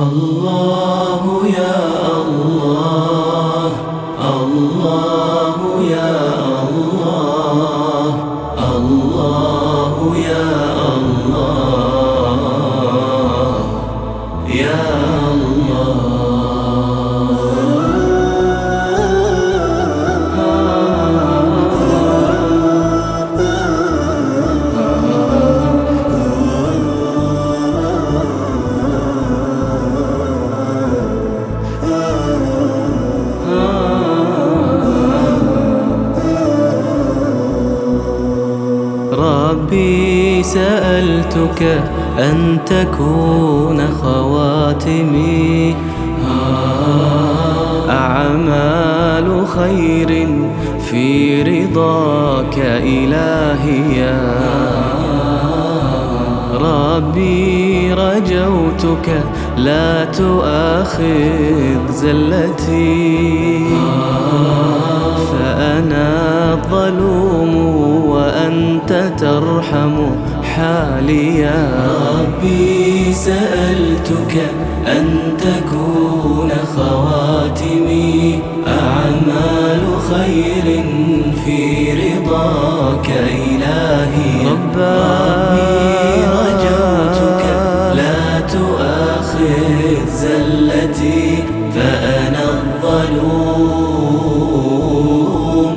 الله يا الله، الله يا الله، الله يا الله يا ربي سألتك أن تكون خواتمي أعمال خير في رضاك إلهي. ربي رجوتك لا تؤاخذ زلتي، فأنا الظلوم وأنت ترحم حالي. ربي سألتك أن تكون خواتمي أعمال خير في رضاك إلهي. ربي رجوتك لا تؤاخذ زلتي، فأنا الظلوم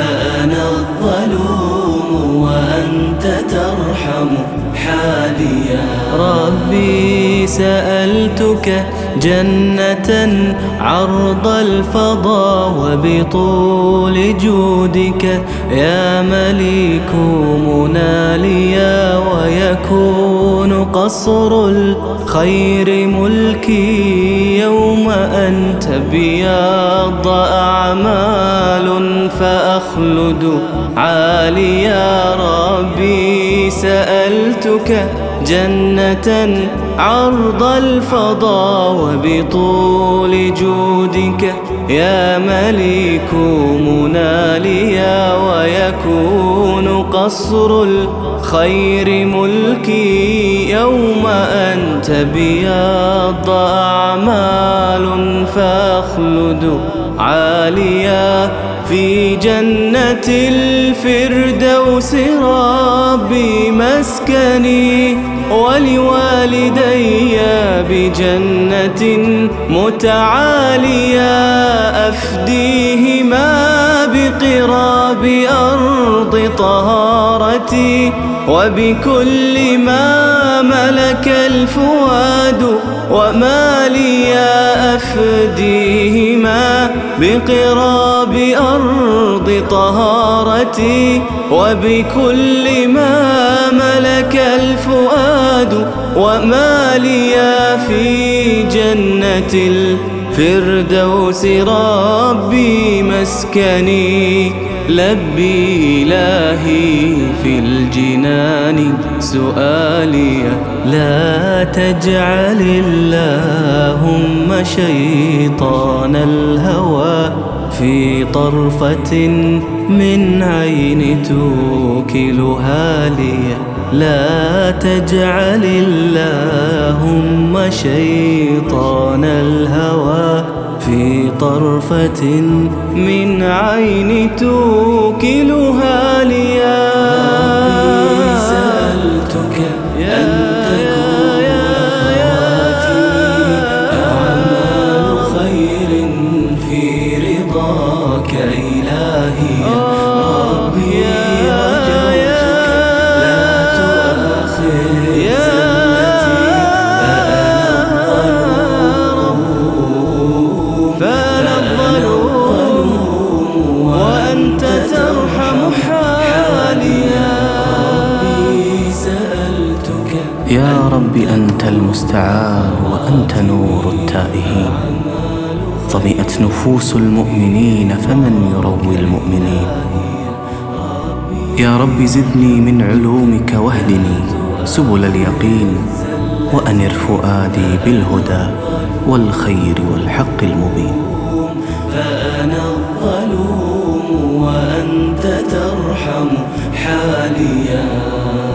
وأنت ترحم حالي. ربي سألتك جنة عرض الفضاء وبطول جودك يا مليك مناليا، ويكون قصر الخير ملكي يوم أن تبيض أعمال فأخلد عاليا. ربي سألتك جنة عرض الفضاء وبطول جودك يا مليك مناليا، ويكون قصر الخير ملكي يوم أن تبيض أعمال فأخلد عاليا. في جنة الفردوس ربي مسكني، ولوالدي بجنة متعالية أفديهما بقراب أرض طهارتي، وبكل ما ملك الفؤاد وما لي أفديهما بقراب أرض طهارتي، وبكل ما ملك الفؤاد وما لي في جنة الفردوس ربي مسكني. لبي إلهي في الجنان سؤالي، لا تجعل اللهم شيطان الهوى في طرفة من عين توكلها لي. لا تجعل اللهم شيطان الهوى في طرفة من عين توكلها لي. ربي سألتك أن تكون خواتمي أعمال خير في رضاك إلهي. ربي رجوتك لا تؤاخذ زلتي، فأنا الظلوم وأنت ترحم حالي. ربي سألتك يا رب أنت المستعان وأنت نور التائهين. ظمئت نفوس المؤمنين فمن يروي المؤمنين. يا رب زدني من علومك واهدني سبل اليقين، وأنر فؤادي بالهدى والخير والحق المبين. فأنا الظلوم وأنت ترحم حالي.